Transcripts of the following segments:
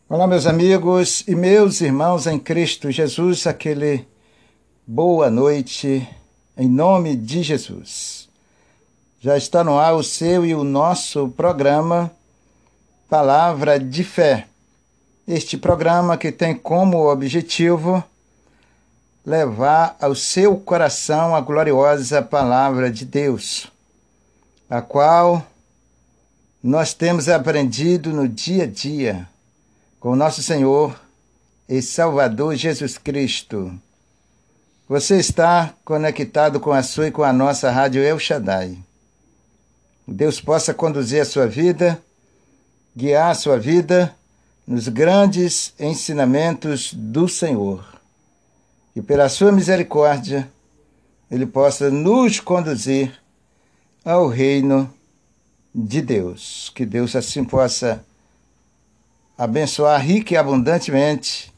Olá, meus amigos e meus irmãos em Cristo Jesus, aquele boa noite em nome de Jesus. Já está no ar o seu e o nosso programa Palavra de Fé. Este programa que tem como objetivo levar ao seu coração a gloriosa Palavra de Deus, a qual nós temos aprendido no dia a dia com o nosso Senhor e Salvador Jesus Cristo. Você está conectado com a sua e com a nossa Rádio El Shaddai. Deus possa conduzir a sua vida, guiar a sua vida nos grandes ensinamentos do Senhor. E pela sua misericórdia, Ele possa nos conduzir ao reino de Deus. Que Deus assim possa abençoar rica e abundantemente.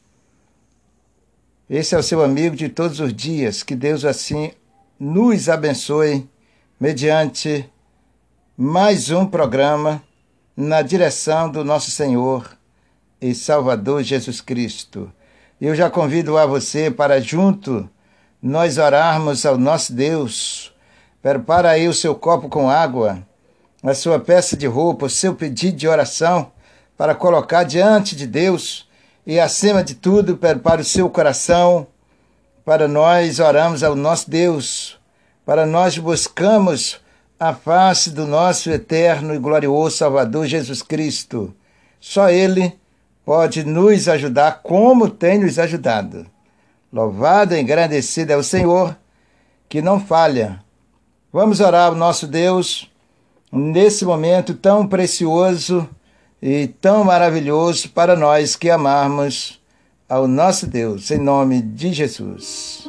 Esse é o seu amigo de todos os dias. Que Deus assim nos abençoe mediante mais um programa na direção do nosso Senhor e Salvador Jesus Cristo. Eu já convido a você para junto nós orarmos ao nosso Deus. Prepara aí o seu copo com água, a sua peça de roupa, o seu pedido de oração, para colocar diante de Deus e, acima de tudo, prepare o seu coração para nós orarmos ao nosso Deus, para nós buscamos a face do nosso eterno e glorioso Salvador Jesus Cristo. Só Ele pode nos ajudar como tem nos ajudado. Louvado e engrandecido é o Senhor, que não falha. Vamos orar ao nosso Deus nesse momento tão precioso e tão maravilhoso para nós que amarmos ao nosso Deus, em nome de Jesus.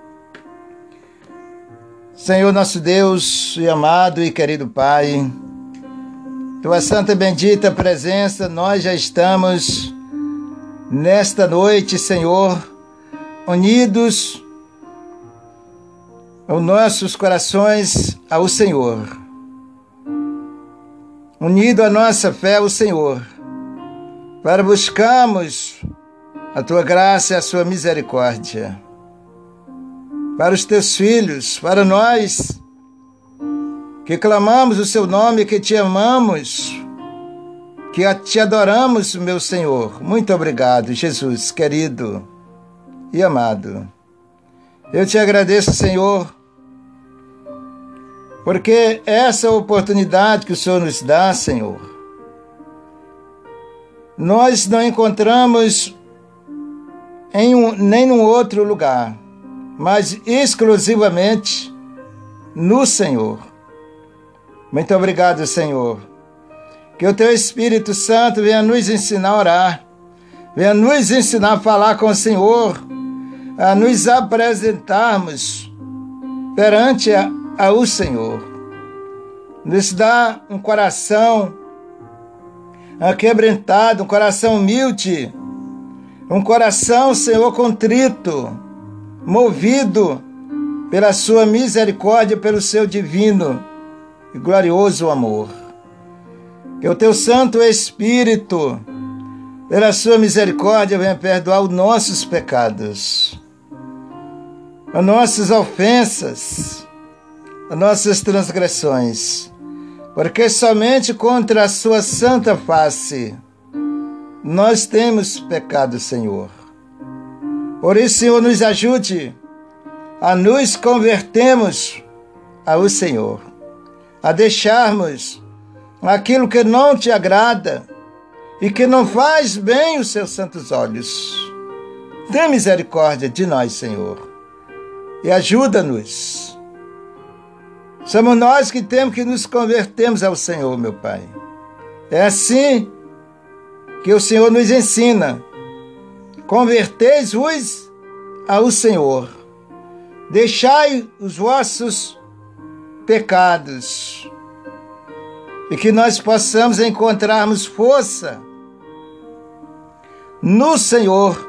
Senhor nosso Deus e amado e querido Pai, Tua santa e bendita presença, nós já estamos nesta noite, Senhor, unidos os nossos corações ao Senhor, unido a nossa fé ao Senhor, para buscarmos a Tua graça e a Sua misericórdia. Para os Teus filhos, para nós, que clamamos o Seu nome, que Te amamos, que Te adoramos, meu Senhor. Muito obrigado, Jesus, querido e amado. Eu Te agradeço, Senhor, porque essa oportunidade que o Senhor nos dá, Senhor, nós não encontramos em nem num outro lugar, mas exclusivamente no Senhor. Muito obrigado, Senhor. Que o Teu Espírito Santo venha nos ensinar a orar, venha nos ensinar a falar com o Senhor, a nos apresentarmos perante ao Senhor. Nos dá um coração aquebrantado, um coração humilde, um coração, Senhor, contrito, movido pela Sua misericórdia, pelo Seu divino e glorioso amor. Que o Teu Santo Espírito, pela Sua misericórdia, venha perdoar os nossos pecados, as nossas ofensas, as nossas transgressões, porque somente contra a Sua santa face nós temos pecado, Senhor. Por isso, Senhor, nos ajude a nos convertermos ao Senhor, a deixarmos aquilo que não Te agrada e que não faz bem os Seus santos olhos. Tenha misericórdia de nós, Senhor, e ajuda-nos. Somos nós que temos que nos convertermos ao Senhor, meu Pai. É assim que o Senhor nos ensina. Converteis-vos ao Senhor. Deixai os vossos pecados e que nós possamos encontrarmos força no Senhor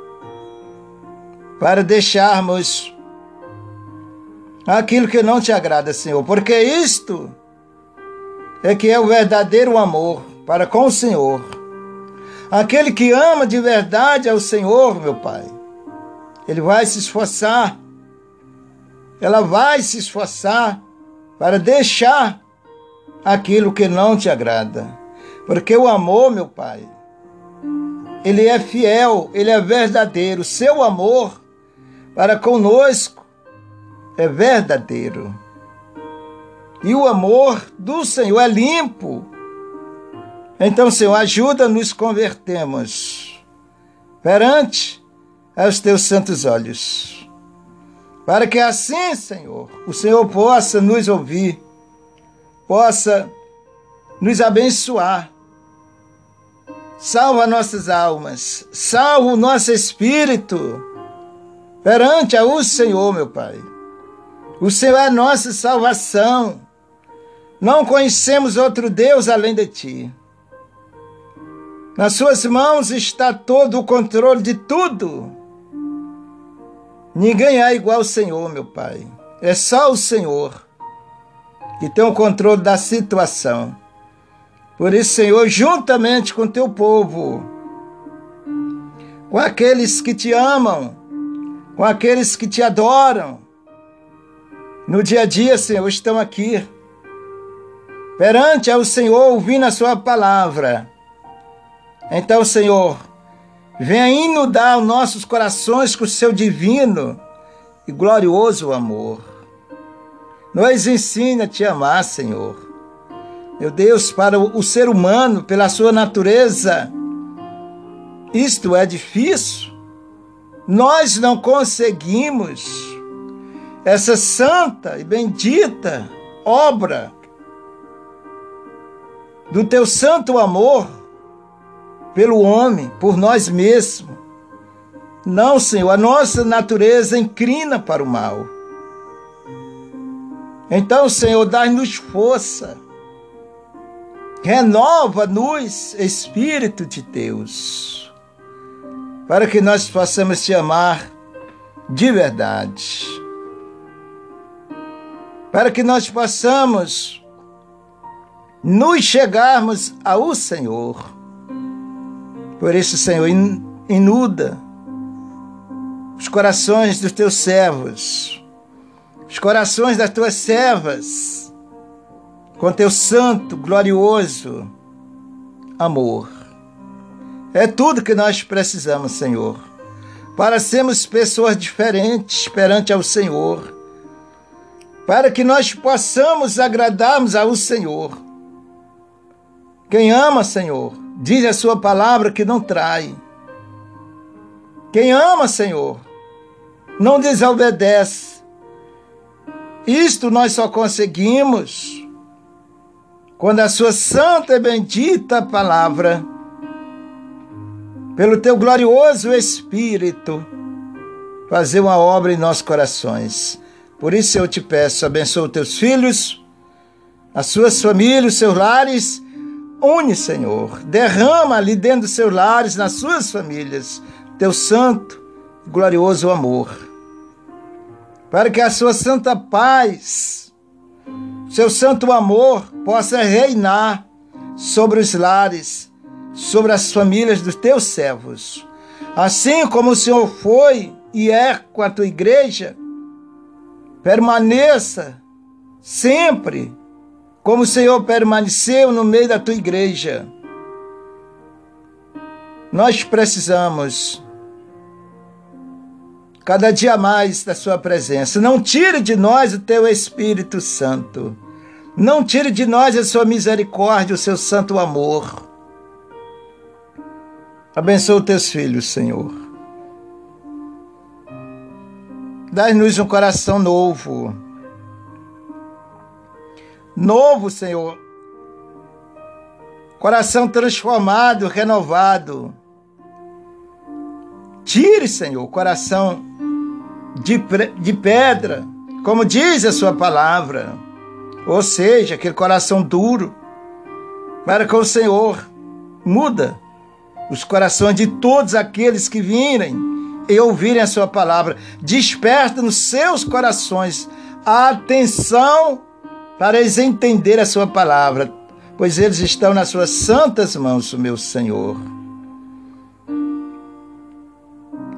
para deixarmos aquilo que não Te agrada, Senhor, porque isto é que é o verdadeiro amor para com o Senhor. Aquele que ama de verdade ao Senhor, meu Pai, ele vai se esforçar, ela vai se esforçar para deixar aquilo que não te agrada. Porque o amor, meu Pai, ele é fiel, ele é verdadeiro. O seu amor para conosco é verdadeiro. E o amor do Senhor é limpo. Então, Senhor, ajuda-nos convertermos perante aos teus santos olhos. Para que assim, Senhor, o Senhor possa nos ouvir, possa nos abençoar. Salva nossas almas, salva o nosso espírito perante ao Senhor, meu Pai. O Senhor é nossa salvação. Não conhecemos outro Deus além de Ti. Nas Suas mãos está todo o controle de tudo. Ninguém é igual ao Senhor, meu Pai. É só o Senhor que tem o controle da situação. Por isso, Senhor, juntamente com Teu povo, com aqueles que Te amam, com aqueles que Te adoram, no dia a dia, Senhor, estão aqui, perante ao Senhor, ouvindo a Sua palavra. Então, Senhor, venha inundar os nossos corações com o Seu divino e glorioso amor. Nos ensina a Te amar, Senhor. Meu Deus, para o ser humano, pela sua natureza, isto é difícil. Nós não conseguimos essa santa e bendita obra do Teu santo amor pelo homem, por nós mesmos. Não, Senhor, a nossa natureza inclina para o mal. Então, Senhor, dá-nos força. Renova-nos, Espírito de Deus, para que nós possamos Te amar de verdade. Para que nós possamos nos chegarmos ao Senhor. Por isso, Senhor, inunda os corações dos Teus servos, os corações das Tuas servas, com Teu santo, glorioso amor. É tudo que nós precisamos, Senhor, para sermos pessoas diferentes perante ao Senhor, para que nós possamos agradarmos ao Senhor. Quem ama, Senhor, diz a Sua palavra que não trai. Quem ama, Senhor, não desobedece. Isto nós só conseguimos quando a Sua santa e bendita palavra, pelo Teu glorioso Espírito, fazer uma obra em nossos corações. Por isso eu Te peço, abençoa os Teus filhos, as suas famílias, os seus lares. Une, Senhor, derrama ali dentro dos seus lares, nas suas famílias, Teu santo e glorioso amor, para que a Sua santa paz, Seu santo amor possa reinar sobre os lares, sobre as famílias dos Teus servos. Assim como o Senhor foi e é com a Tua igreja, permaneça sempre como o Senhor permaneceu no meio da Tua igreja. Nós precisamos cada dia mais da Sua presença. Não tire de nós o Teu Espírito Santo. Não tire de nós a Sua misericórdia, o Seu santo amor. Abençoa os Teus filhos, Senhor. Dá-nos um coração novo. Novo, Senhor. Coração transformado, renovado. Tire, Senhor, o coração de pedra, como diz a Sua palavra. Ou seja, aquele coração duro. Para que o Senhor muda os corações de todos aqueles que virem e ouvirem a Sua palavra. Desperta nos seus corações a atenção para eles entenderem a Sua palavra, pois eles estão nas Suas santas mãos, meu Senhor.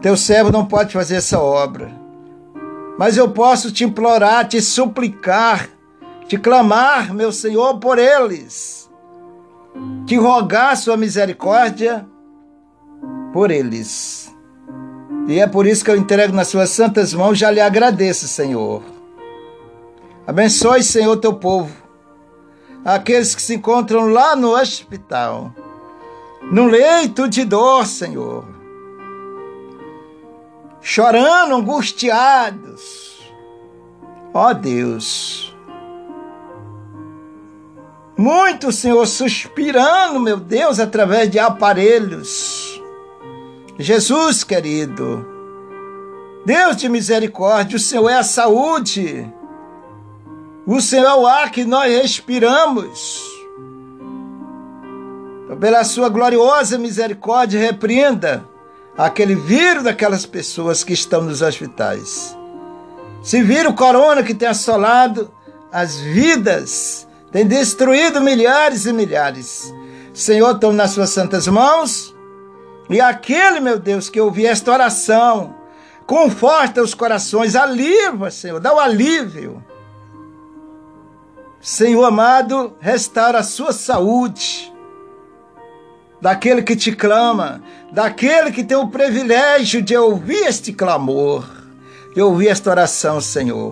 teu servo não pode fazer essa obra. Mas eu posso te implorar, te suplicar, te clamar, meu Senhor, por eles. Te rogar sua misericórdia por eles. E é por isso que eu entrego nas suas santas mãos, já lhe agradeço, Senhor. Abençoe, Senhor, teu povo. Aqueles que se encontram lá no hospital, no leito de dor, Senhor, chorando, angustiados. Ó Deus, muito, Senhor, suspirando, meu Deus, através de aparelhos. Jesus, querido, Deus de misericórdia, o Senhor é a saúde. O Senhor é o ar que nós respiramos. Então, pela sua gloriosa misericórdia, repreenda aquele vírus daquelas pessoas que estão nos hospitais. Se vira o corona que tem assolado as vidas, tem destruído milhares e milhares. Senhor, tome nas suas santas mãos. E aquele, meu Deus, que ouvir esta oração, conforta os corações, alivia, Senhor, dá o alívio. Senhor amado, restaura a sua saúde, daquele que te clama, daquele que tem o privilégio de ouvir este clamor, de ouvir esta oração, Senhor.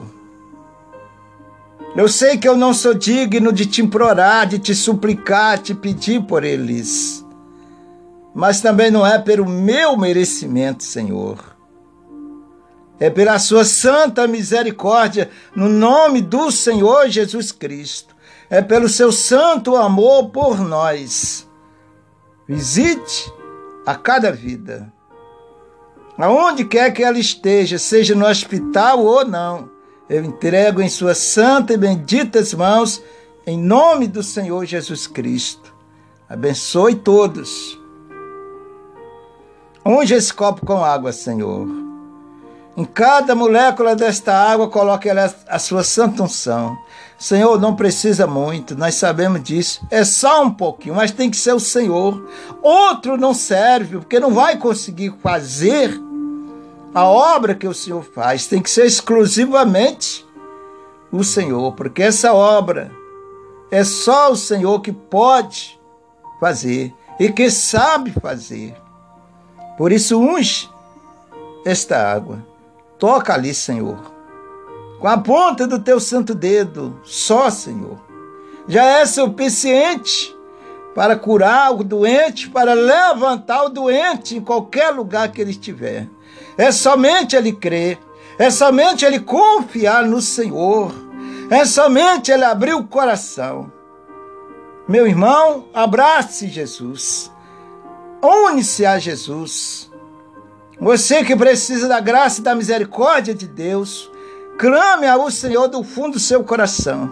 Eu sei que eu não sou digno de te implorar, de te suplicar, te pedir por eles, mas também não é pelo meu merecimento, Senhor. É pela sua santa misericórdia, no nome do Senhor Jesus Cristo. É pelo seu santo amor por nós. Visite a cada vida. Aonde quer que ela esteja, seja no hospital ou não, eu entrego em suas santas e benditas mãos, em nome do Senhor Jesus Cristo. Abençoe todos. Unge esse copo com água, Senhor. Em cada molécula desta água, coloque a sua santa unção. Senhor, não precisa muito, nós sabemos disso. É só um pouquinho, mas tem que ser o Senhor. Outro não serve, porque não vai conseguir fazer a obra que o Senhor faz. Tem que ser exclusivamente o Senhor, porque essa obra é só o Senhor que pode fazer e que sabe fazer. Por isso, unge esta água. Toca ali, Senhor, com a ponta do teu santo dedo, só, Senhor. Já é suficiente para curar o doente, para levantar o doente em qualquer lugar que ele estiver. É somente ele crer, é somente ele confiar no Senhor, é somente ele abrir o coração. Meu irmão, abrace Jesus, une-se a Jesus. Você que precisa da graça e da misericórdia de Deus, clame ao Senhor do fundo do seu coração.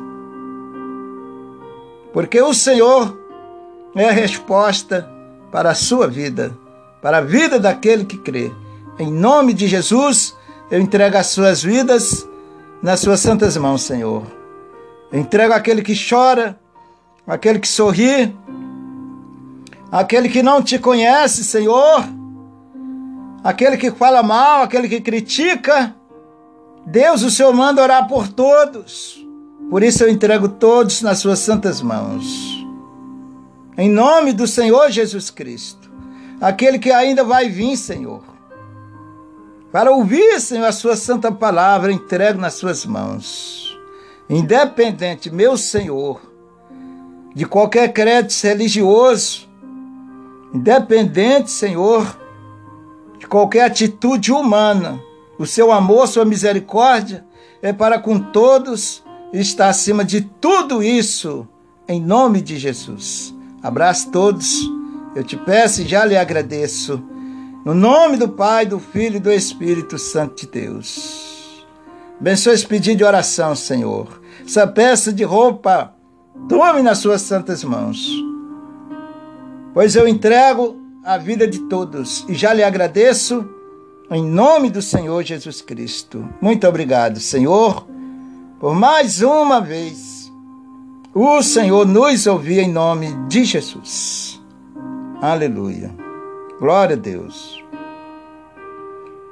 Porque o Senhor é a resposta para a sua vida, para a vida daquele que crê. Em nome de Jesus, eu entrego as suas vidas nas suas santas mãos, Senhor. Eu entrego aquele que chora, aquele que sorri, aquele que não te conhece, Senhor, aquele que fala mal, aquele que critica. Deus, o Senhor manda orar por todos. Por isso eu entrego todos nas suas santas mãos. Em nome do Senhor Jesus Cristo. Aquele que ainda vai vir, Senhor, para ouvir, Senhor, a sua santa palavra, eu entrego nas suas mãos. Independente, meu Senhor, de qualquer credo religioso, independente, Senhor, de qualquer atitude humana, o seu amor, sua misericórdia é para com todos e está acima de tudo isso, em nome de Jesus. Abraço todos, eu te peço e já lhe agradeço, no nome do Pai, do Filho e do Espírito Santo de Deus. Abençoe esse pedido de oração, Senhor. Essa peça de roupa, tome nas suas santas mãos, pois eu entrego a vida de todos e já lhe agradeço em nome do Senhor Jesus Cristo. Muito obrigado, Senhor, por mais uma vez o Senhor nos ouvir em nome de Jesus. Aleluia. Glória a Deus.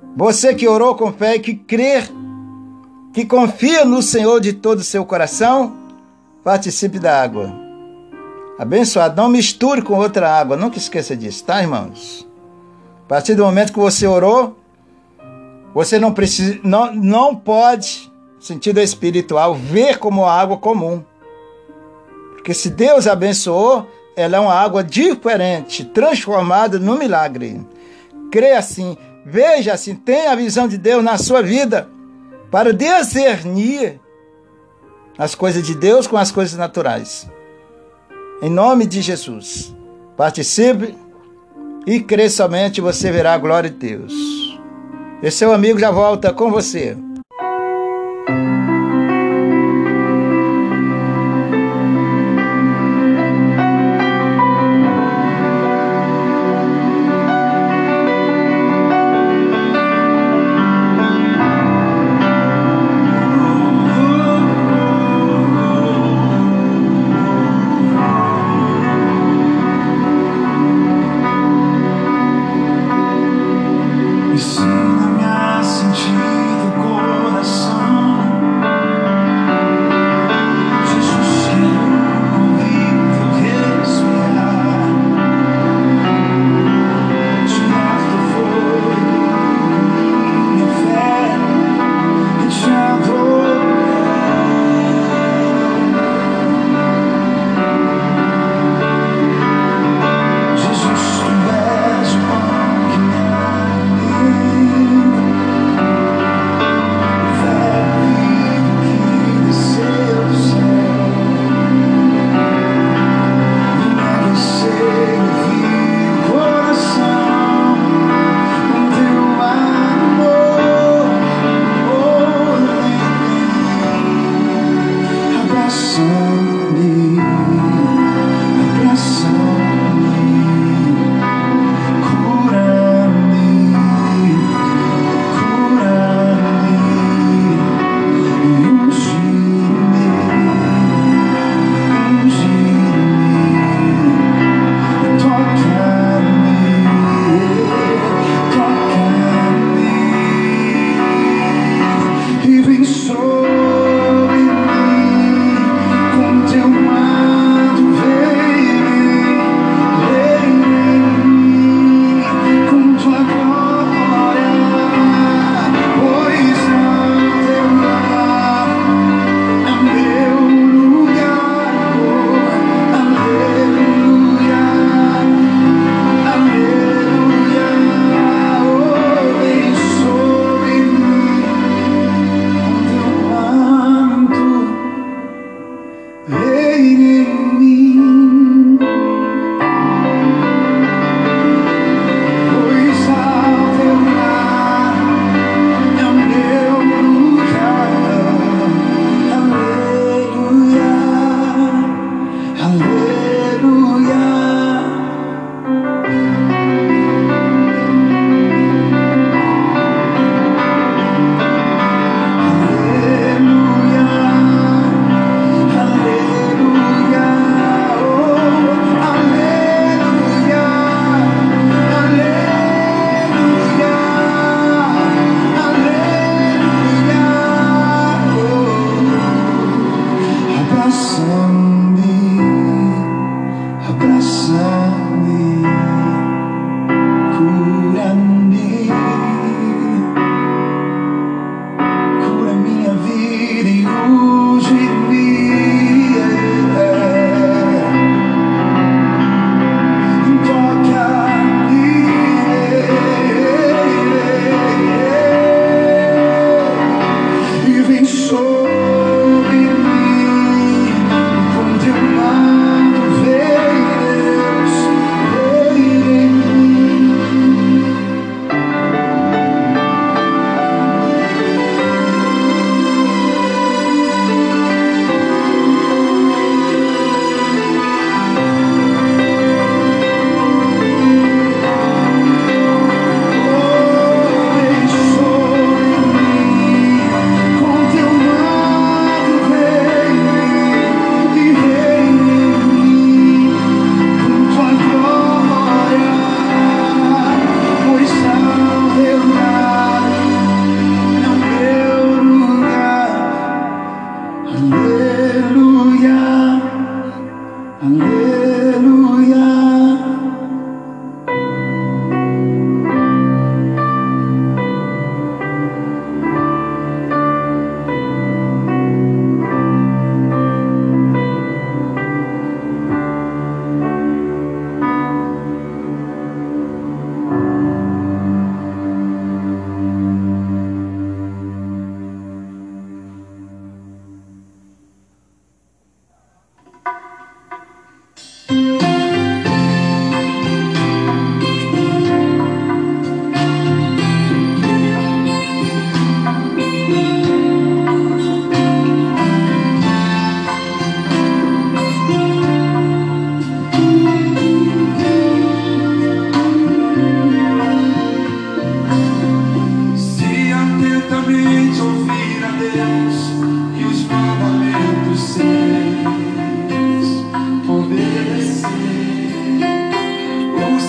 Você que orou com fé e que crê, que confia no Senhor de todo o seu coração, participe da água. Abençoado, não misture com outra água, nunca esqueça disso, tá, irmãos? A partir do momento que você orou, você não precisa, não pode, no sentido espiritual, ver como água comum. Porque se Deus abençoou, ela é uma água diferente, transformada no milagre. Creia assim, veja assim, tenha a visão de Deus na sua vida, para discernir as coisas de Deus com as coisas naturais. Em nome de Jesus, participe e crê somente, você verá a glória de Deus. E seu amigo já volta com você. Ensina-me a sentir o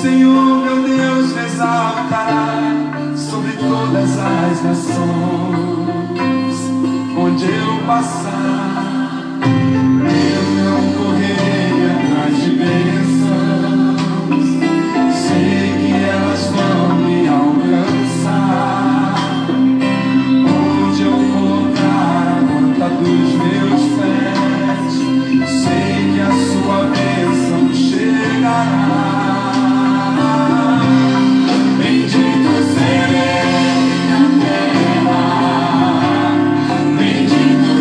Senhor meu Deus me exaltará sobre todas as nações. Onde eu passar, eu não correrei atrás de bênçãos. Sei que elas vão me alcançar. Onde eu colocar a planta dos meus pés, sei que a sua bênção chegará. Bendito serei na terra, bendito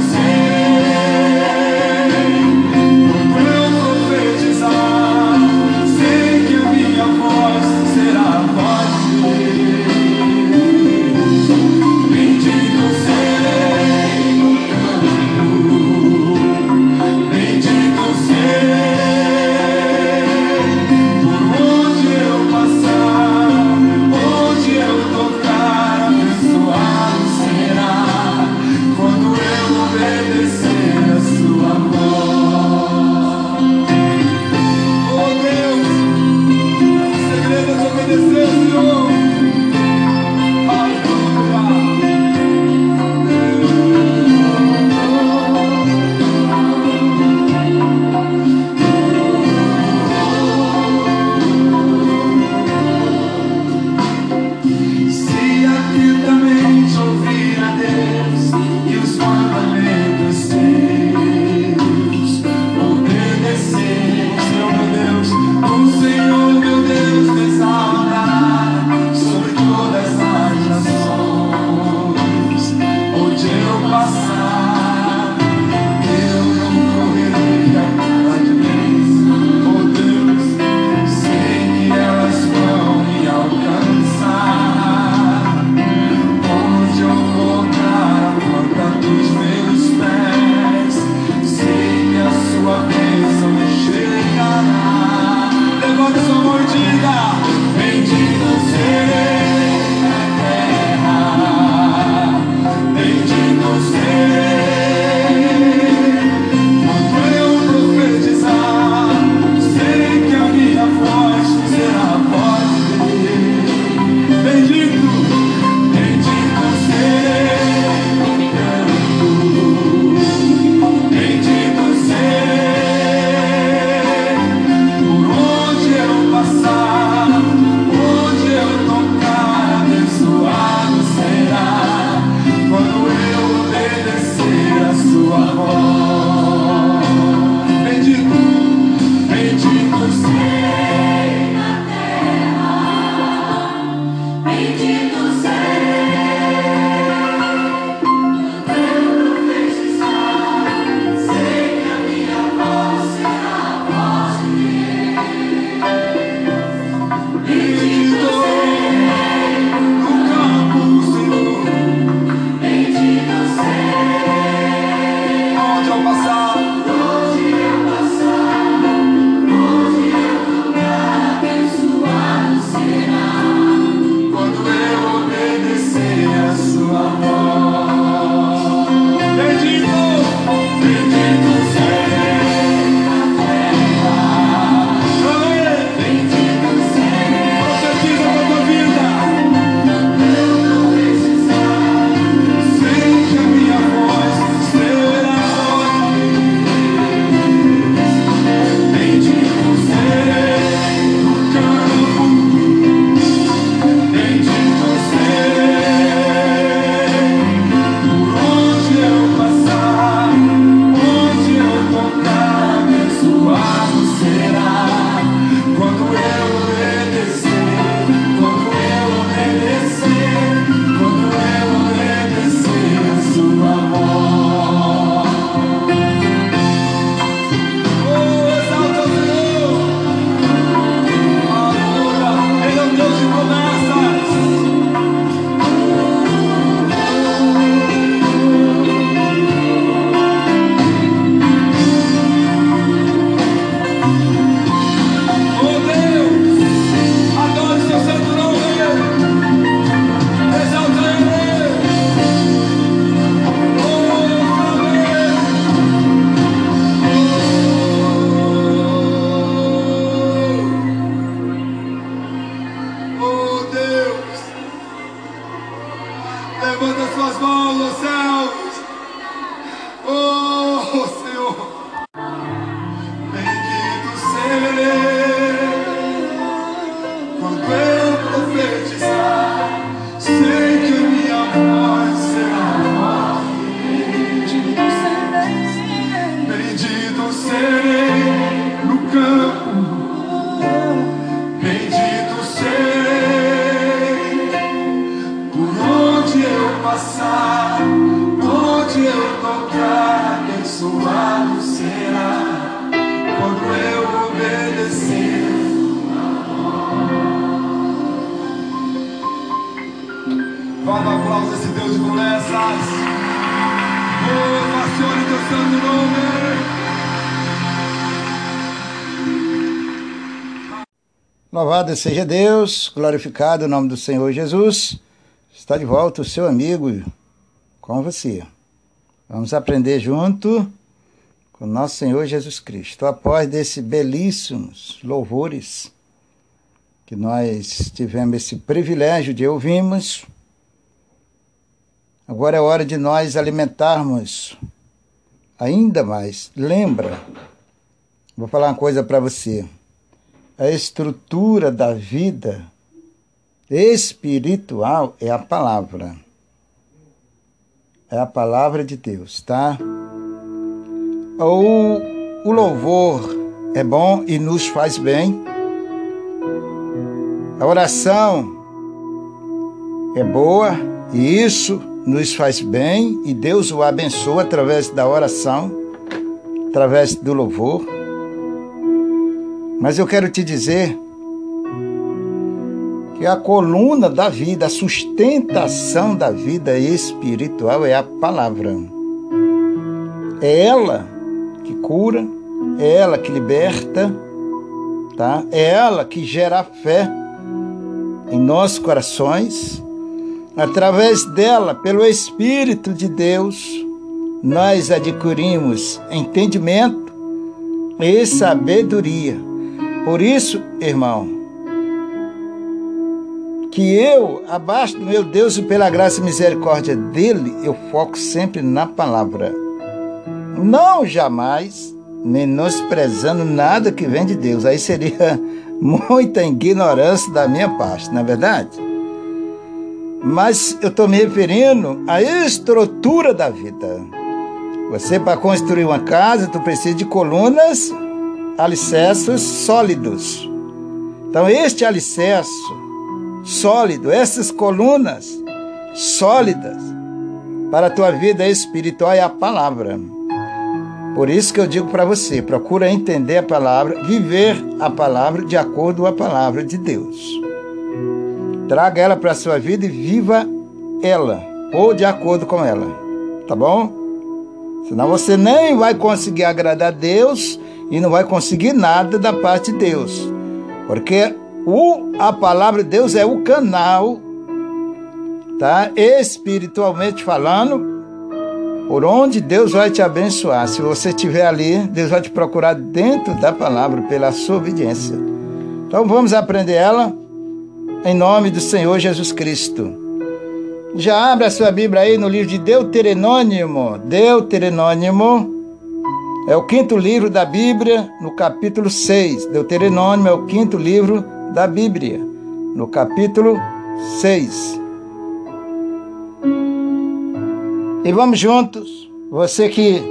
serei. Quando eu profetizar, sei que a minha voz será a voz de Deus. Bendito serei no campo, bendito serei por onde eu passar, onde eu tocar, abençoado será quando eu obedecer a sua voz. Oh Deus, o segredo é te obedecer, Senhor. Aleluia. Se atentamente ouvir a Deus e os mandamentos seus, obedecer, Senhor meu Deus, o Senhor meu Deus me exaltará sobre todas as nações. Onde eu passar, eu não correrei atrás de bênçãos. Oh Deus, sei que elas vão me alcançar. Onde eu colocar a planta dos meus pés, sei que a sua bênção chegará. Levanta sua mão e diga: bendito serei na terra, bendito serei. Quando eu profetizar, sei que a minha voz será a voz de Deus. Bendito, bendito serei no campo, bendito serei por onde eu passar, Louvado seja Deus, glorificado o nome do Senhor Jesus. Está de volta o seu amigo com você. Vamos aprender junto com nosso Senhor Jesus Cristo. Após desses belíssimos louvores que nós tivemos esse privilégio de ouvirmos, agora é hora de nós alimentarmos ainda mais. Lembra, vou falar uma coisa para você. A estrutura da vida espiritual é a palavra. É a palavra de Deus, tá? O louvor é bom e nos faz bem. A oração é boa e isso nos faz bem. E Deus o abençoa através da oração, através do louvor. Mas eu quero te dizer que a coluna da vida, a sustentação da vida espiritual é a palavra. É ela que cura, é ela que liberta, tá? É ela que gera fé em nossos corações. Através dela, pelo Espírito de Deus, nós adquirimos entendimento e sabedoria. Por isso, irmão, que eu, abaixo do meu Deus e pela graça e misericórdia dele, eu foco sempre na palavra. Não jamais menosprezando nada que vem de Deus. Aí seria muita ignorância da minha parte, não é verdade? Mas eu estou me referindo à estrutura da vida. Você, para construir uma casa, tu precisa de colunas, alicerces sólidos. Então, este alicerce sólido, essas colunas sólidas para a tua vida espiritual é a palavra. Por isso que eu digo para você, procura entender a palavra, viver a palavra de acordo com a palavra de Deus. Traga ela para a sua vida e viva ela, ou de acordo com ela, tá bom? Senão você nem vai conseguir agradar a Deus e não vai conseguir nada da parte de Deus. Porque a palavra de Deus é o canal, tá? Espiritualmente falando, por onde Deus vai te abençoar. Se você estiver ali, Deus vai te procurar dentro da palavra, pela sua obediência. Então vamos aprender ela em nome do Senhor Jesus Cristo. Já abra a sua Bíblia aí no livro de Deuteronômio. Deuteronômio é o 5º livro da Bíblia, no capítulo 6. Deuteronômio é o 5º livro da Bíblia, no capítulo 6. E vamos juntos, você que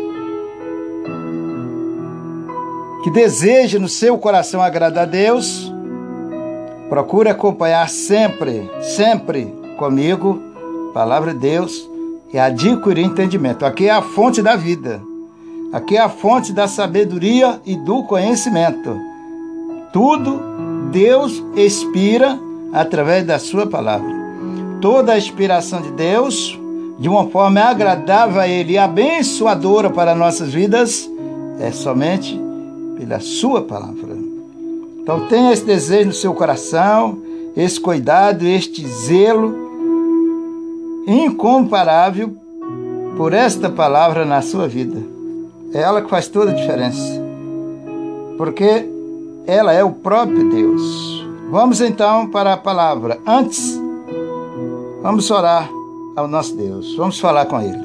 deseja no seu coração agradar a Deus, procure acompanhar sempre comigo a palavra de Deus e adquirir entendimento. Aqui é a fonte da vida. Aqui é a fonte da sabedoria e do conhecimento. Tudo Deus inspira através da sua palavra. Toda a inspiração de Deus, de uma forma agradável a Ele e abençoadora para nossas vidas, é somente pela sua palavra. Então tenha esse desejo no seu coração, esse cuidado, este zelo incomparável por esta palavra na sua vida. É ela que faz toda a diferença, porque ela é o próprio Deus. Vamos então para a palavra. Antes, vamos orar ao nosso Deus. Vamos falar com Ele.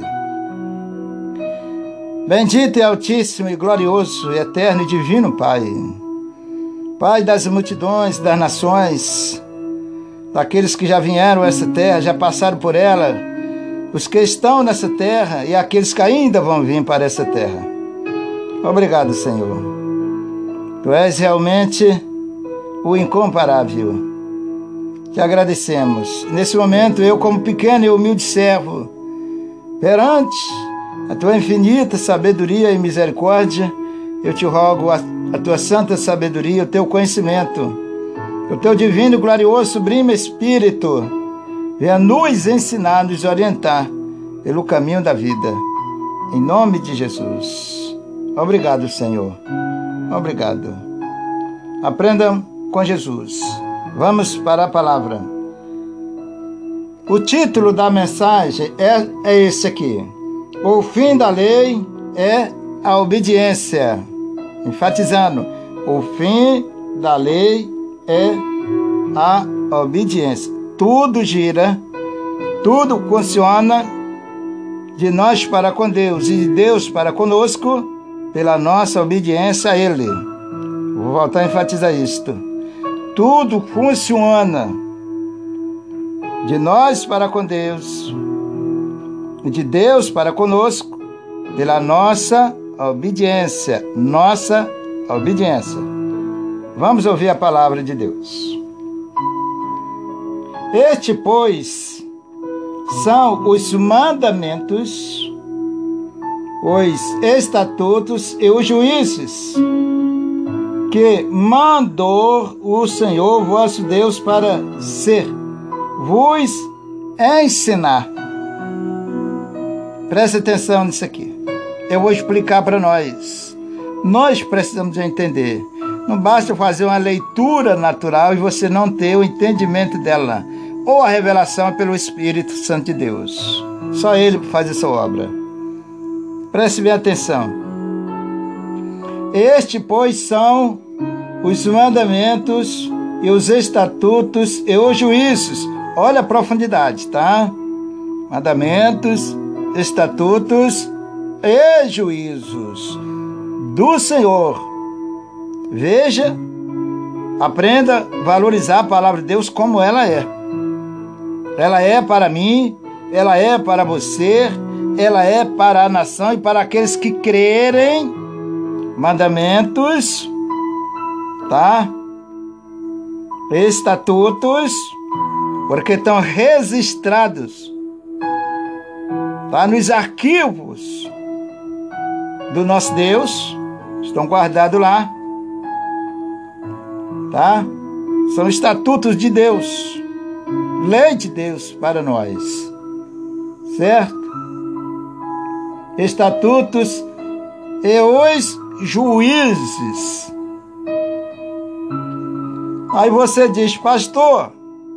Bendito e altíssimo e glorioso e eterno e divino Pai. Pai das multidões, das nações, daqueles que já vieram a essa terra, já passaram por ela, os que estão nessa terra e aqueles que ainda vão vir para essa terra. Obrigado, Senhor. Tu és realmente o incomparável. Te agradecemos. Nesse momento, eu, como pequeno e humilde servo, perante a tua infinita sabedoria e misericórdia, eu te rogo a tua santa sabedoria, o teu conhecimento, o teu divino e glorioso sublime Espírito, venha nos ensinar, nos orientar pelo caminho da vida. Em nome de Jesus. Obrigado, Senhor. Obrigado. Aprendam com Jesus. Vamos para a palavra. O título da mensagem é esse aqui. O fim da lei é a obediência. Enfatizando, o fim da lei é a obediência. Tudo gira, tudo funciona de nós para com Deus e de Deus para conosco pela nossa obediência a Ele. Vou voltar a enfatizar isto. Tudo funciona de nós para com Deus e de Deus para conosco pela nossa obediência. Nossa obediência. Vamos ouvir a palavra de Deus. Este, pois, são os mandamentos, os estatutos e os juízes que mandou o Senhor vosso Deus para vos ensinar. Preste atenção nisso aqui. Eu vou explicar para nós. Nós precisamos entender. Não basta fazer uma leitura natural e você não ter o entendimento dela. Ou a revelação é pelo Espírito Santo de Deus. Só Ele faz essa obra. Preste bem atenção. Este, pois, são os mandamentos e os estatutos e os juízos. Olha a profundidade, tá? Mandamentos, estatutos e juízos do Senhor. Veja, aprenda a valorizar a palavra de Deus como ela é. Ela é para mim, ela é para você, ela é para a nação e para aqueles que crerem. Mandamentos, tá? Estatutos, porque estão registrados, tá? Nos arquivos do nosso Deus, estão guardados lá, tá? São estatutos de Deus. Lei de Deus para nós, certo? Estatutos e os juízes. Aí você diz, pastor,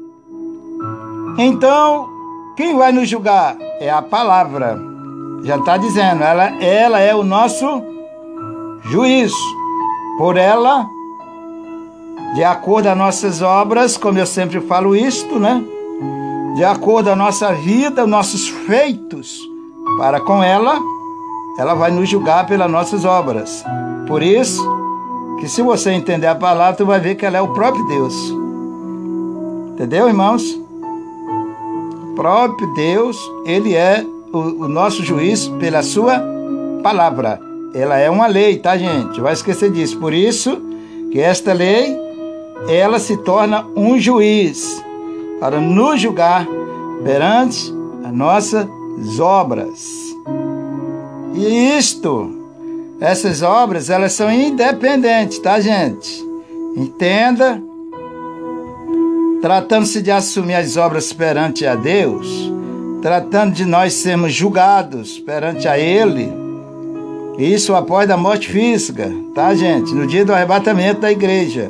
então quem vai nos julgar? É a palavra. Já está dizendo, ela é o nosso juiz. Por ela, de acordo com as nossas obras, como eu sempre falo isto, né? De acordo com a nossa vida, nossos feitos, para com ela vai nos julgar pelas nossas obras. Por isso, que se você entender a palavra, tu vai ver que ela é o próprio Deus. Entendeu, irmãos? O próprio Deus, Ele é o nosso juiz pela sua palavra. Ela é uma lei, tá, gente? Vai esquecer disso. Por isso, que esta lei, ela se torna um juiz para nos julgar perante as nossas obras. E essas obras, elas são independentes, tá, gente? Entenda, tratando-se de assumir as obras perante a Deus, tratando de nós sermos julgados perante a Ele, isso após a morte física, tá, gente? No dia do arrebatamento da igreja.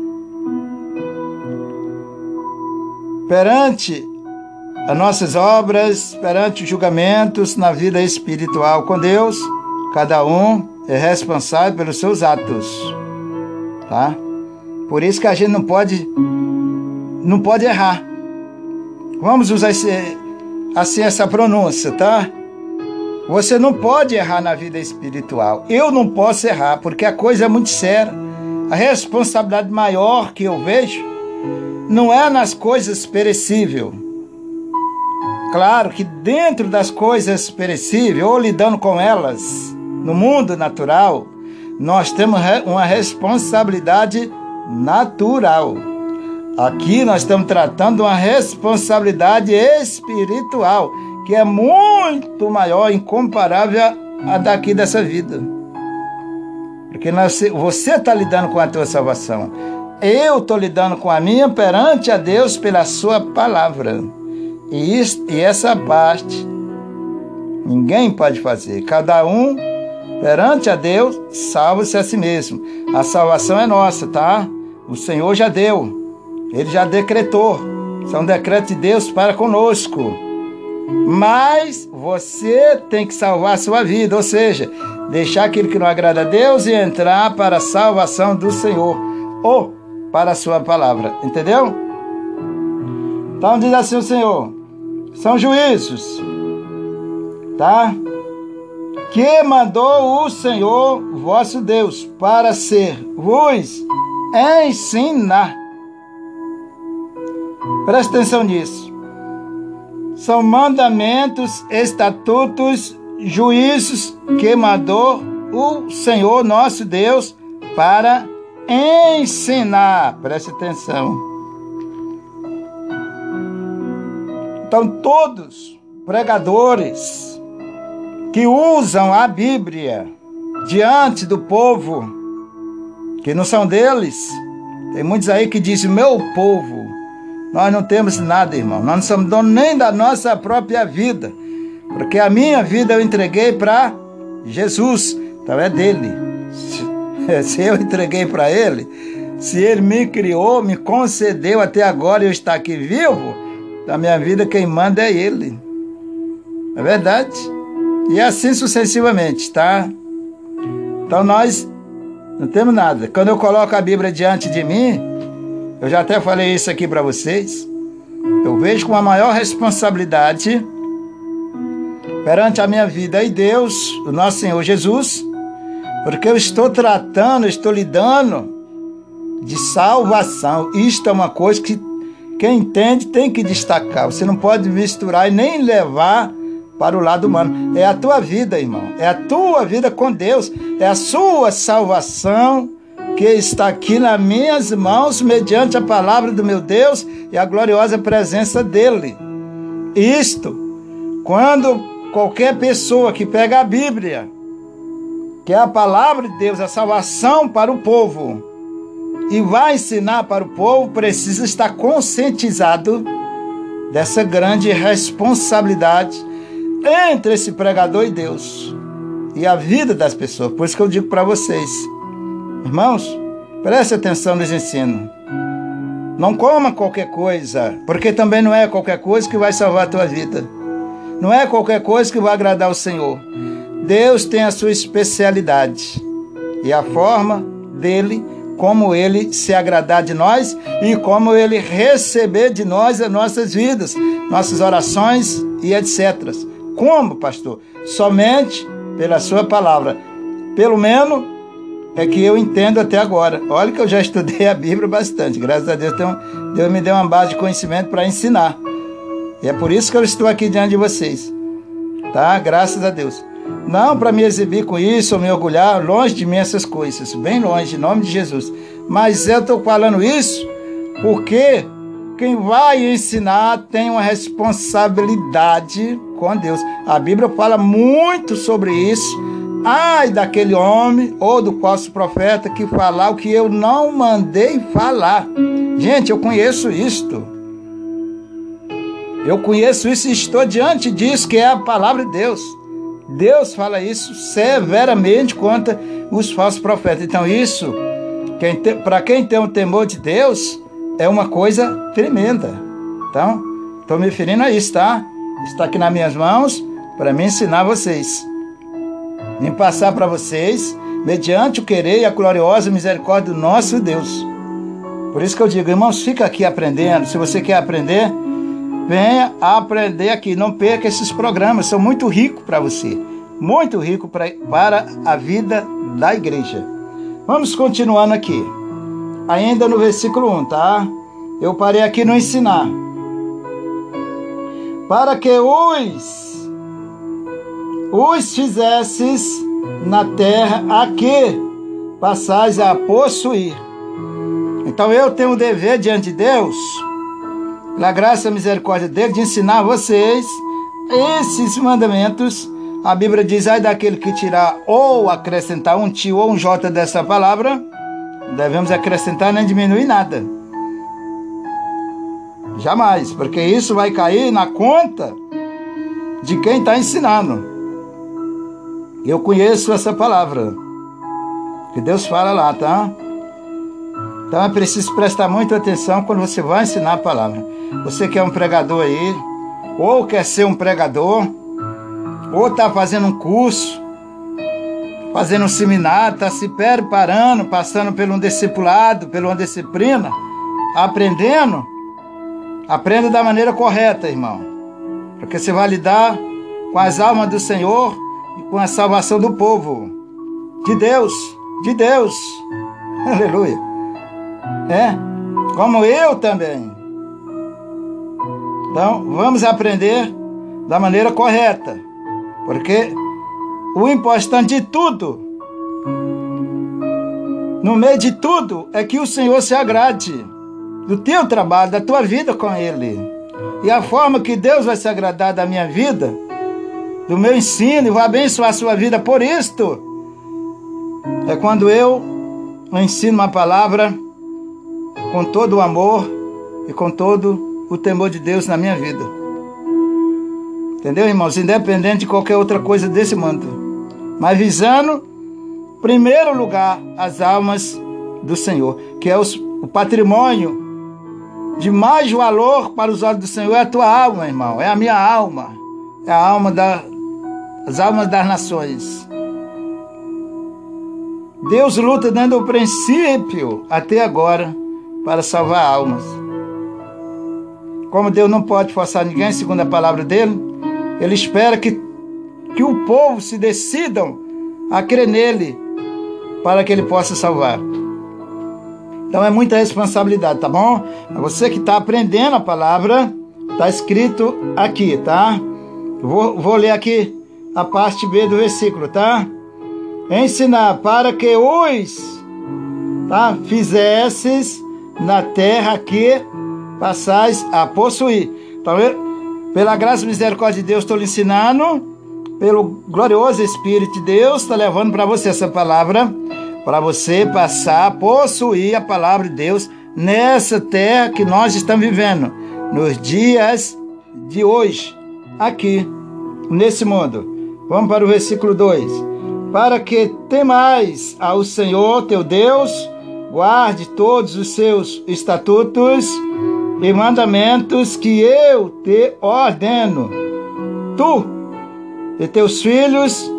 Perante as nossas obras, perante os julgamentos na vida espiritual com Deus, cada um é responsável pelos seus atos, tá? Por isso que a gente não pode errar. Vamos usar assim essa pronúncia, tá? Você não pode errar na vida espiritual. Eu não posso errar, porque a coisa é muito séria. A responsabilidade maior que eu vejo não é nas coisas perecíveis. Claro que dentro das coisas perecíveis, ou lidando com elas no mundo natural, nós temos uma responsabilidade natural. Aqui nós estamos tratando de uma responsabilidade espiritual, que é muito maior, incomparável a daqui dessa vida. Porque você está lidando com a tua salvação. Eu estou lidando com a minha perante a Deus pela sua palavra. E essa parte ninguém pode fazer. Cada um perante a Deus salva-se a si mesmo. A salvação é nossa, tá? o Senhor já deu, Ele já decretou, são decretos de Deus para conosco. Mas você tem que salvar a sua vida, ou seja, deixar aquilo que não agrada a Deus e entrar para a salvação do Senhor, ou para a sua palavra, entendeu? Então diz assim o Senhor, são juízos, tá? Que mandou o Senhor vosso Deus para vos ensinar. Presta atenção nisso. São mandamentos, estatutos, juízos que mandou o Senhor nosso Deus para ensinar. Preste atenção. Então todos pregadores que usam a Bíblia diante do povo, que não são deles, tem muitos aí que dizem, meu povo, nós não temos nada, irmão, nós não somos donos nem da nossa própria vida, porque a minha vida eu entreguei para Jesus, então é dele. Se eu entreguei para ele, se ele me criou, me concedeu até agora eu estar aqui vivo, da minha vida quem manda é ele. É verdade? E assim sucessivamente, tá? Então nós não temos nada. Quando eu coloco a Bíblia diante de mim, eu já até falei isso aqui para vocês, eu vejo com a maior responsabilidade perante a minha vida e Deus, o nosso Senhor Jesus, porque eu estou lidando de salvação. Isto é uma coisa que quem entende tem que destacar. Você não pode misturar e nem levar para o lado humano. É a tua vida, irmão. É a tua vida com Deus. É a sua salvação que está aqui nas minhas mãos, mediante a palavra do meu Deus e a gloriosa presença dele. Isto, quando qualquer pessoa que pega a Bíblia, que é a palavra de Deus, a salvação para o povo, e vai ensinar para o povo, precisa estar conscientizado dessa grande responsabilidade entre esse pregador e Deus e a vida das pessoas. Por isso que eu digo para vocês, irmãos, preste atenção nesse ensino. Não coma qualquer coisa, porque também não é qualquer coisa que vai salvar a tua vida. Não é qualquer coisa que vai agradar o Senhor. Deus tem a sua especialidade e a forma dele, como ele se agradar de nós e como ele receber de nós as nossas vidas, nossas orações e etc. Como, pastor? Somente pela sua palavra. Pelo menos é que eu entendo até agora. Olha que eu já estudei a Bíblia bastante. Graças a Deus, Deus me deu uma base de conhecimento para ensinar. E é por isso que eu estou aqui diante de vocês. Tá? Graças a Deus. Não para me exibir com isso ou me orgulhar, longe de mim essas coisas, bem longe, em nome de Jesus. Mas eu estou falando isso porque quem vai ensinar tem uma responsabilidade com Deus. A Bíblia fala muito sobre isso. Ai daquele homem ou do falso profeta que falar o que eu não mandei falar. Gente, eu conheço isto. Eu conheço isso e estou diante disso, que é a palavra de Deus. Deus fala isso severamente contra os falsos profetas. Então isso, para quem tem o temor de Deus, é uma coisa tremenda. Então, estou me referindo a isso, tá? Está aqui nas minhas mãos para me ensinar vocês. Me passar para vocês, mediante o querer e a gloriosa misericórdia do nosso Deus. Por isso que eu digo, irmãos, fica aqui aprendendo. Se você quer aprender, venha aprender aqui, não perca esses programas, são muito ricos para você, muito ricos para a vida da igreja. Vamos continuando aqui, ainda no versículo 1, tá? Eu parei aqui no ensinar. Para que os fizesses na terra a que passais a possuir. Então eu tenho o dever diante de Deus, pela graça e misericórdia dele, de ensinar a vocês esses mandamentos. A Bíblia diz, ai daquele que tirar ou acrescentar um tio ou um jota dessa palavra, não devemos acrescentar nem diminuir nada. Jamais, porque isso vai cair na conta de quem está ensinando. Eu conheço essa palavra, que Deus fala lá, tá? Então é preciso prestar muita atenção quando você vai ensinar a palavra. Você que é um pregador aí, ou quer ser um pregador, ou está fazendo um curso, fazendo um seminário, está se preparando, passando por um discipulado, por uma disciplina, aprendendo, aprenda da maneira correta, irmão. Porque você vai lidar com as almas do Senhor e com a salvação do povo. De Deus. Aleluia. Como eu também. Então, vamos aprender da maneira correta. Porque o importante de tudo, no meio de tudo, é que o Senhor se agrade do teu trabalho, da tua vida com Ele. E a forma que Deus vai se agradar da minha vida, do meu ensino, e vai abençoar a sua vida por isto, é quando eu ensino uma palavra com todo o amor e com todo o temor de Deus na minha vida. Entendeu, irmãos? Independente de qualquer outra coisa desse mundo. Mas visando, em primeiro lugar, as almas do Senhor, que é o patrimônio de mais valor para os olhos do Senhor. É a tua alma, irmão. É a minha alma. É a alma as almas das nações. Deus luta desde o princípio até agora para salvar almas. Como Deus não pode forçar ninguém, segundo a palavra dele, Ele espera que o povo se decidam a crer nele para que ele possa salvar. Então é muita responsabilidade, tá bom? Você que está aprendendo a palavra, está escrito aqui, tá? Vou ler aqui a parte B do versículo, tá? Ensinar para que os fizesses na terra que passais a possuir. Então, pela graça e misericórdia de Deus, estou lhe ensinando, pelo glorioso Espírito de Deus, está levando para você essa palavra, para você passar a possuir a palavra de Deus nessa terra que nós estamos vivendo, nos dias de hoje, aqui, nesse mundo. Vamos para o versículo 2. Para que temais ao Senhor teu Deus, guarde todos os seus estatutos e mandamentos que eu te ordeno, tu e teus filhos,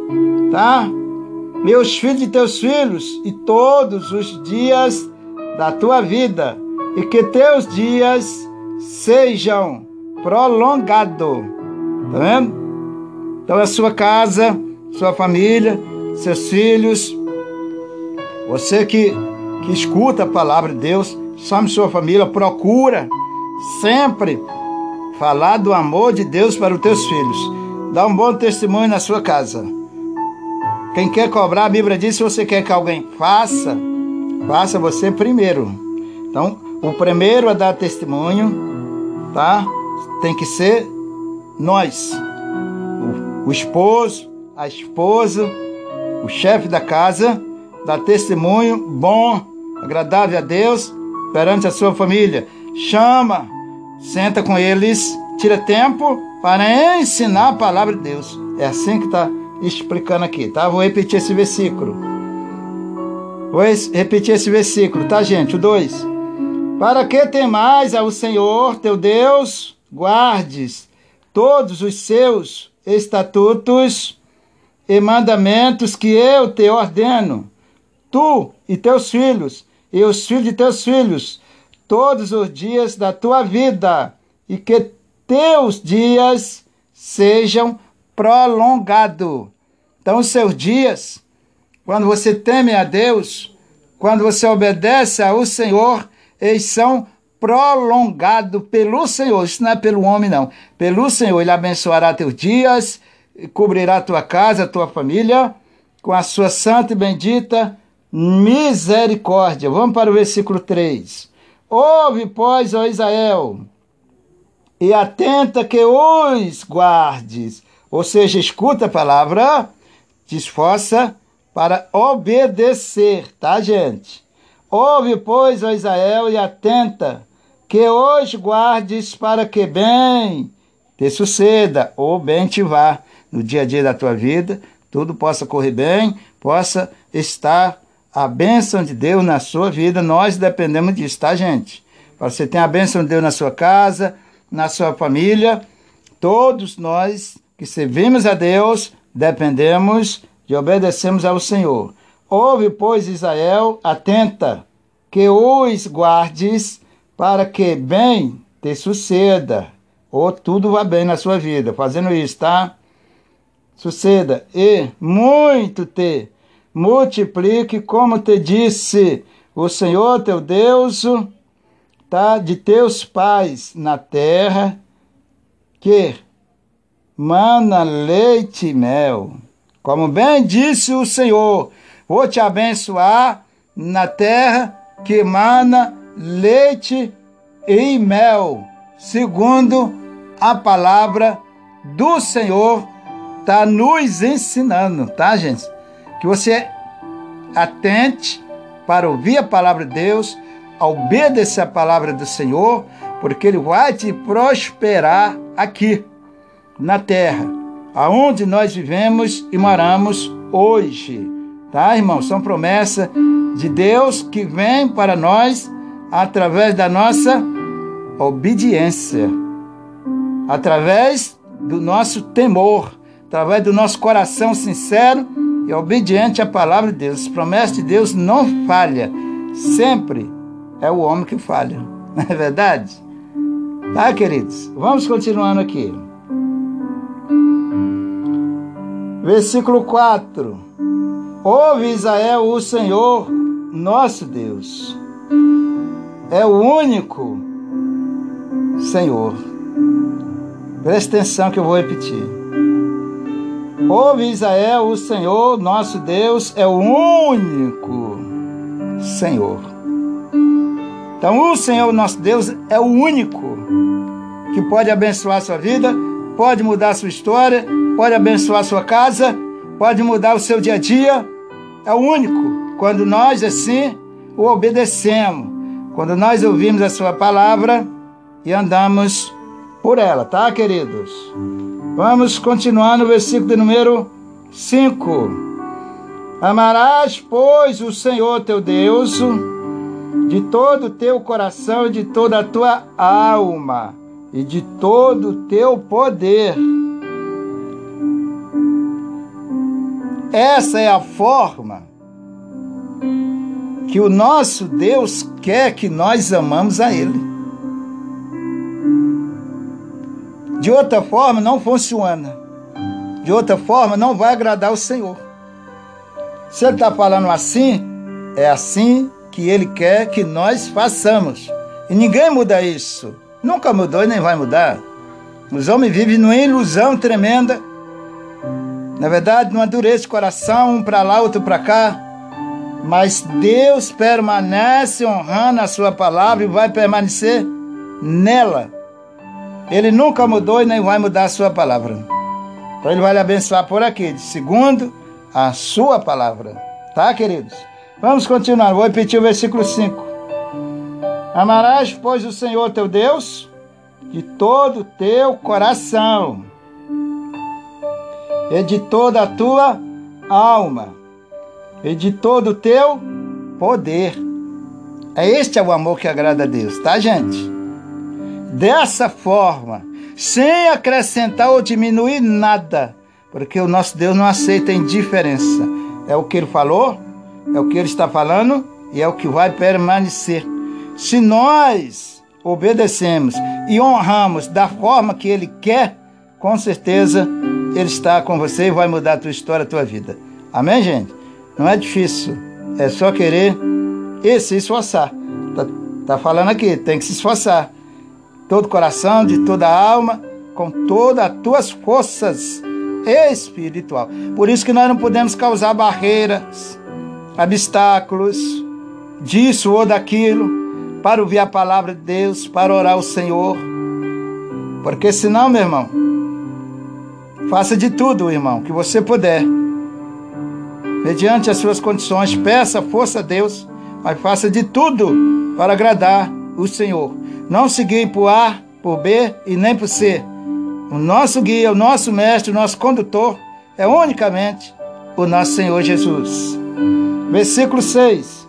meus filhos e teus filhos, e todos os dias da tua vida, e que teus dias sejam prolongados. Tá vendo? Então a sua casa, sua família, seus filhos, você que escuta a palavra de Deus, chame sua família, procura sempre falar do amor de Deus para os teus filhos. Dá um bom testemunho na sua casa. Quem quer cobrar, a Bíblia diz, se você quer que alguém faça você primeiro. Então, o primeiro a dar testemunho, tá? Tem que ser nós. O esposo, a esposa, o chefe da casa, dá testemunho bom, agradável a Deus, perante a sua família. Chama, senta com eles, tira tempo para ensinar a palavra de Deus. É assim que está explicando aqui, tá? Vou repetir esse versículo. Tá, gente? O 2. Para que temais ao Senhor teu Deus, guardes todos os seus estatutos e mandamentos que eu te ordeno, tu e teus filhos, e os filhos de teus filhos, todos os dias da tua vida, e que teus dias sejam prolongados. Então, os seus dias, quando você teme a Deus, quando você obedece ao Senhor, eles são prolongados pelo Senhor. Isso não é pelo homem, não. Pelo Senhor, Ele abençoará teus dias, cobrirá tua casa, tua família, com a sua santa e bendita misericórdia. Vamos para o versículo 3. Ouve, pois, ó Israel, e atenta que os guardes, ou seja, escuta a palavra, te esforça para obedecer, tá, gente? Ouve, pois, ó Israel, e atenta que os guardes para que bem te suceda, ou bem te vá no dia a dia da tua vida, tudo possa correr bem, possa estar a bênção de Deus na sua vida, nós dependemos disso, tá, gente? Para você ter a bênção de Deus na sua casa, na sua família, todos nós que servimos a Deus, dependemos de obedecermos ao Senhor. Ouve, pois, Israel, atenta, que os guardes, para que bem te suceda, ou tudo vá bem na sua vida, fazendo isso, tá? Suceda, e muito te multiplique, como te disse o Senhor teu Deus, tá? De teus pais na terra, que mana leite e mel. Como bem disse o Senhor, vou te abençoar na terra que mana leite e mel, segundo a palavra do Senhor está nos ensinando, tá, gente? Que você atente para ouvir a palavra de Deus, obedecer a palavra do Senhor, porque Ele vai te prosperar aqui na terra, aonde nós vivemos e moramos hoje, tá, irmão? São promessas de Deus que vem para nós através da nossa obediência, através do nosso temor, através do nosso coração sincero e obediente à palavra de Deus. As promessas de Deus não falham, sempre é o homem que falha, não é verdade? Tá, queridos? Vamos continuando aqui. Versículo 4. Ouve, Israel, o Senhor, nosso Deus, é o único Senhor. Presta atenção que eu vou repetir. Ouve, Israel, o Senhor, nosso Deus, é o único Senhor. Então, o Senhor, nosso Deus, é o único que pode abençoar a sua vida, pode mudar a sua história, pode abençoar a sua casa, pode mudar o seu dia a dia. É o único. Quando nós, assim, o obedecemos, quando nós ouvimos a sua palavra e andamos por ela, tá, queridos? Vamos continuar no versículo de número 5. Amarás, pois, o Senhor teu Deus de todo o teu coração e de toda a tua alma e de todo o teu poder. Essa é a forma que o nosso Deus quer que nós amamos a Ele. De outra forma, não funciona. De outra forma, não vai agradar o Senhor. Se Ele está falando assim, é assim que Ele quer que nós façamos. E ninguém muda isso. Nunca mudou e nem vai mudar. Os homens vivem numa ilusão tremenda. Na verdade, numa dureza de coração, um para lá, outro para cá. Mas Deus permanece honrando a sua palavra e vai permanecer nela. Ele nunca mudou e nem vai mudar a sua palavra. Então Ele vai lhe abençoar por aqui, segundo a sua palavra. Tá, queridos? Vamos continuar. Vou repetir o versículo 5. Amarás, pois, o Senhor teu Deus de todo o teu coração e de toda a tua alma e de todo o teu poder. Este é o amor que agrada a Deus, tá, gente? Dessa forma, sem acrescentar ou diminuir nada, porque o nosso Deus não aceita indiferença. É o que Ele falou, é o que Ele está falando e é o que vai permanecer. Se nós obedecemos e honramos da forma que Ele quer, com certeza Ele está com você e vai mudar a tua história, a tua vida. Amém, gente? Não é difícil, é só querer e se esforçar. Tá falando aqui, tem que se esforçar. Todo coração, de toda a alma, com todas as tuas forças espiritual. Por isso que nós não podemos causar barreiras, obstáculos, disso ou daquilo, para ouvir a palavra de Deus, para orar ao Senhor. Porque senão, meu irmão, faça de tudo, irmão, que você puder. Mediante as suas condições, peça força a Deus, mas faça de tudo para agradar o Senhor. Não seguir por A, por B e nem por C. O nosso guia, o nosso mestre, o nosso condutor é unicamente o nosso Senhor Jesus. Versículo 6.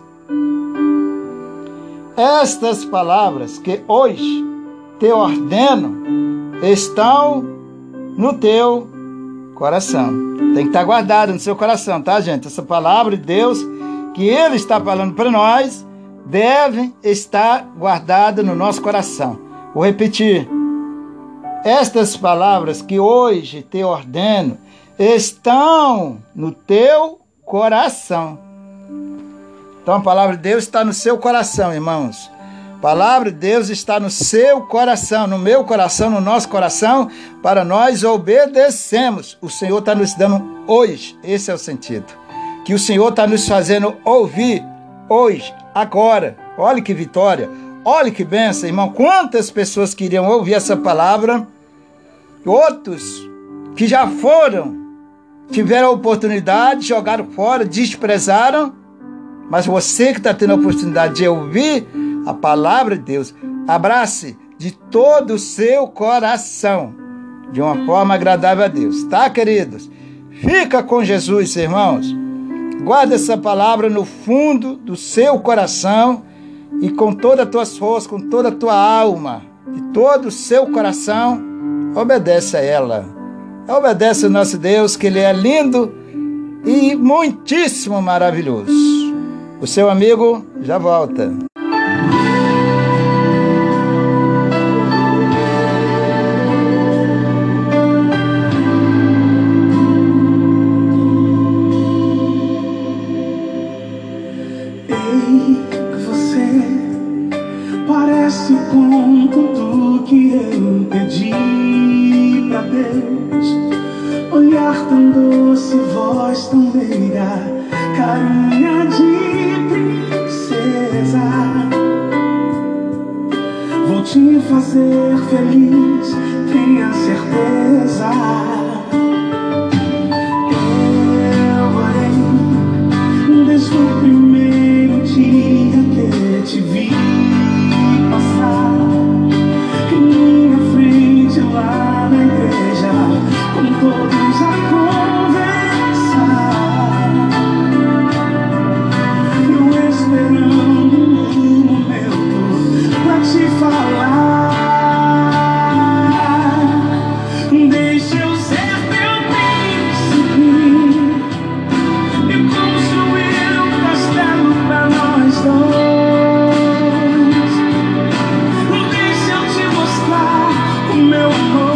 Estas palavras que hoje te ordeno estão no teu coração. Tem que estar guardado no seu coração, tá, gente? Essa palavra de Deus que Ele está falando para nós deve estar guardada no nosso coração. Vou repetir. Estas palavras que hoje te ordeno estão no teu coração. Então a palavra de Deus está no seu coração, irmãos. A palavra de Deus está no seu coração, no meu coração, no nosso coração, para nós obedecermos. O Senhor está nos dando hoje, esse é o sentido. Que o Senhor está nos fazendo ouvir hoje, agora. Olha que vitória, olha que bênção, irmão. Quantas pessoas queriam ouvir essa palavra, outros que já foram, tiveram a oportunidade, jogaram fora, desprezaram, mas você que está tendo a oportunidade de ouvir a palavra de Deus, abrace de todo o seu coração, de uma forma agradável a Deus, tá, queridos? Fica com Jesus, irmãos. Guarda essa palavra no fundo do seu coração e com todas as tuas forças, com toda a tua alma, de todo o seu coração, obedece a ela. Obedece ao nosso Deus, que Ele é lindo e muitíssimo maravilhoso. O seu amigo já volta. Ei, você parece com tudo que eu pedi pra Deus. Olhar tão doce, voz tão meiga, carinha de princesa. Vou te fazer feliz, tenha certeza. Eu orei desde o primeiro dia que te vi passar em minha frente lá na igreja, com todos a conversar, eu esperando um momento pra te falar. Deixa eu ser teu príncipe e construir um castelo pra nós dois. Deixa eu te mostrar o meu amor.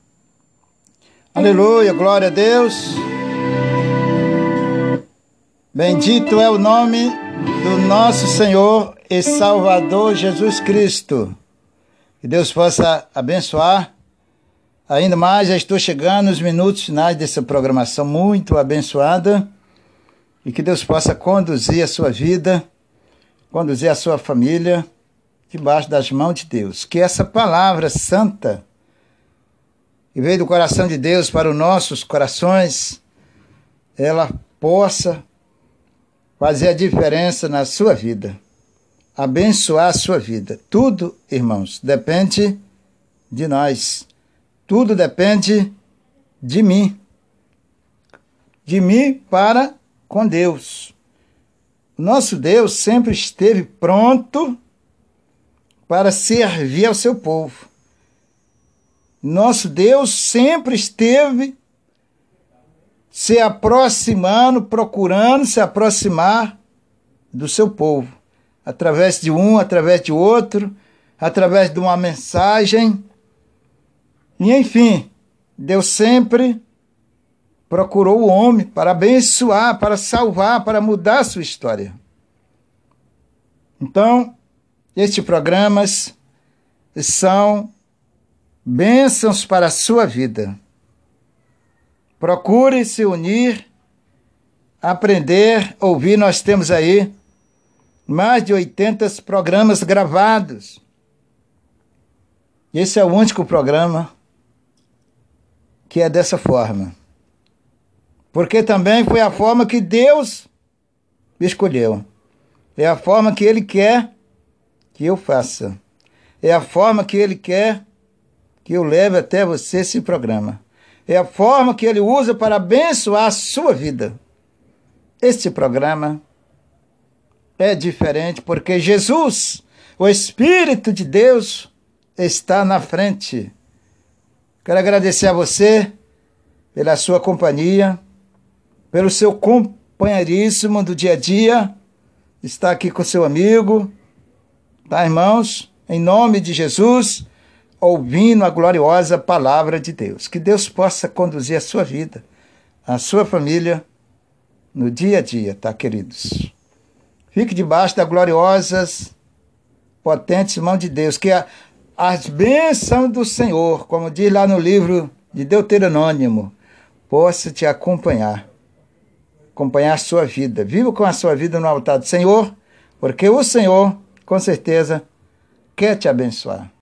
Aleluia, glória a Deus. Bendito é o nome do nosso Senhor e Salvador Jesus Cristo. Que Deus possa abençoar ainda mais. Já estou chegando nos minutos finais dessa programação muito abençoada. E que Deus possa conduzir a sua vida, conduzir a sua família debaixo das mãos de Deus. Que essa palavra santa, que veio do coração de Deus para os nossos corações, ela possa fazer a diferença na sua vida, abençoar a sua vida. Tudo, irmãos, depende de nós. Tudo depende de mim. De mim para com Deus. O nosso Deus sempre esteve pronto para servir ao seu povo. Nosso Deus sempre esteve se aproximando, procurando se aproximar do seu povo, através de um, através de outro, através de uma mensagem. E, enfim, Deus sempre procurou o homem para abençoar, para salvar, para mudar a sua história. Então, estes programas são bênçãos para a sua vida. Procure se unir, aprender, ouvir. Nós temos aí mais de 80 programas gravados. Esse é o único programa que é dessa forma. Porque também foi a forma que Deus escolheu. É a forma que Ele quer que eu faça. É a forma que Ele quer que eu leve até você esse programa. É a forma que Ele usa para abençoar a sua vida. Este programa é diferente porque Jesus, o Espírito de Deus, está na frente. Quero agradecer a você pela sua companhia, pelo seu companheirismo do dia a dia. Está aqui com seu amigo, tá, irmãos? Em nome de Jesus, ouvindo a gloriosa palavra de Deus. Que Deus possa conduzir a sua vida, a sua família, no dia a dia, tá, queridos? Fique debaixo das gloriosas, potentes mãos de Deus. Que as bênçãos do Senhor, como diz lá no livro de Deuteronômio, possa te acompanhar a sua vida. Viva com a sua vida no altar do Senhor, porque o Senhor, com certeza, quer te abençoar.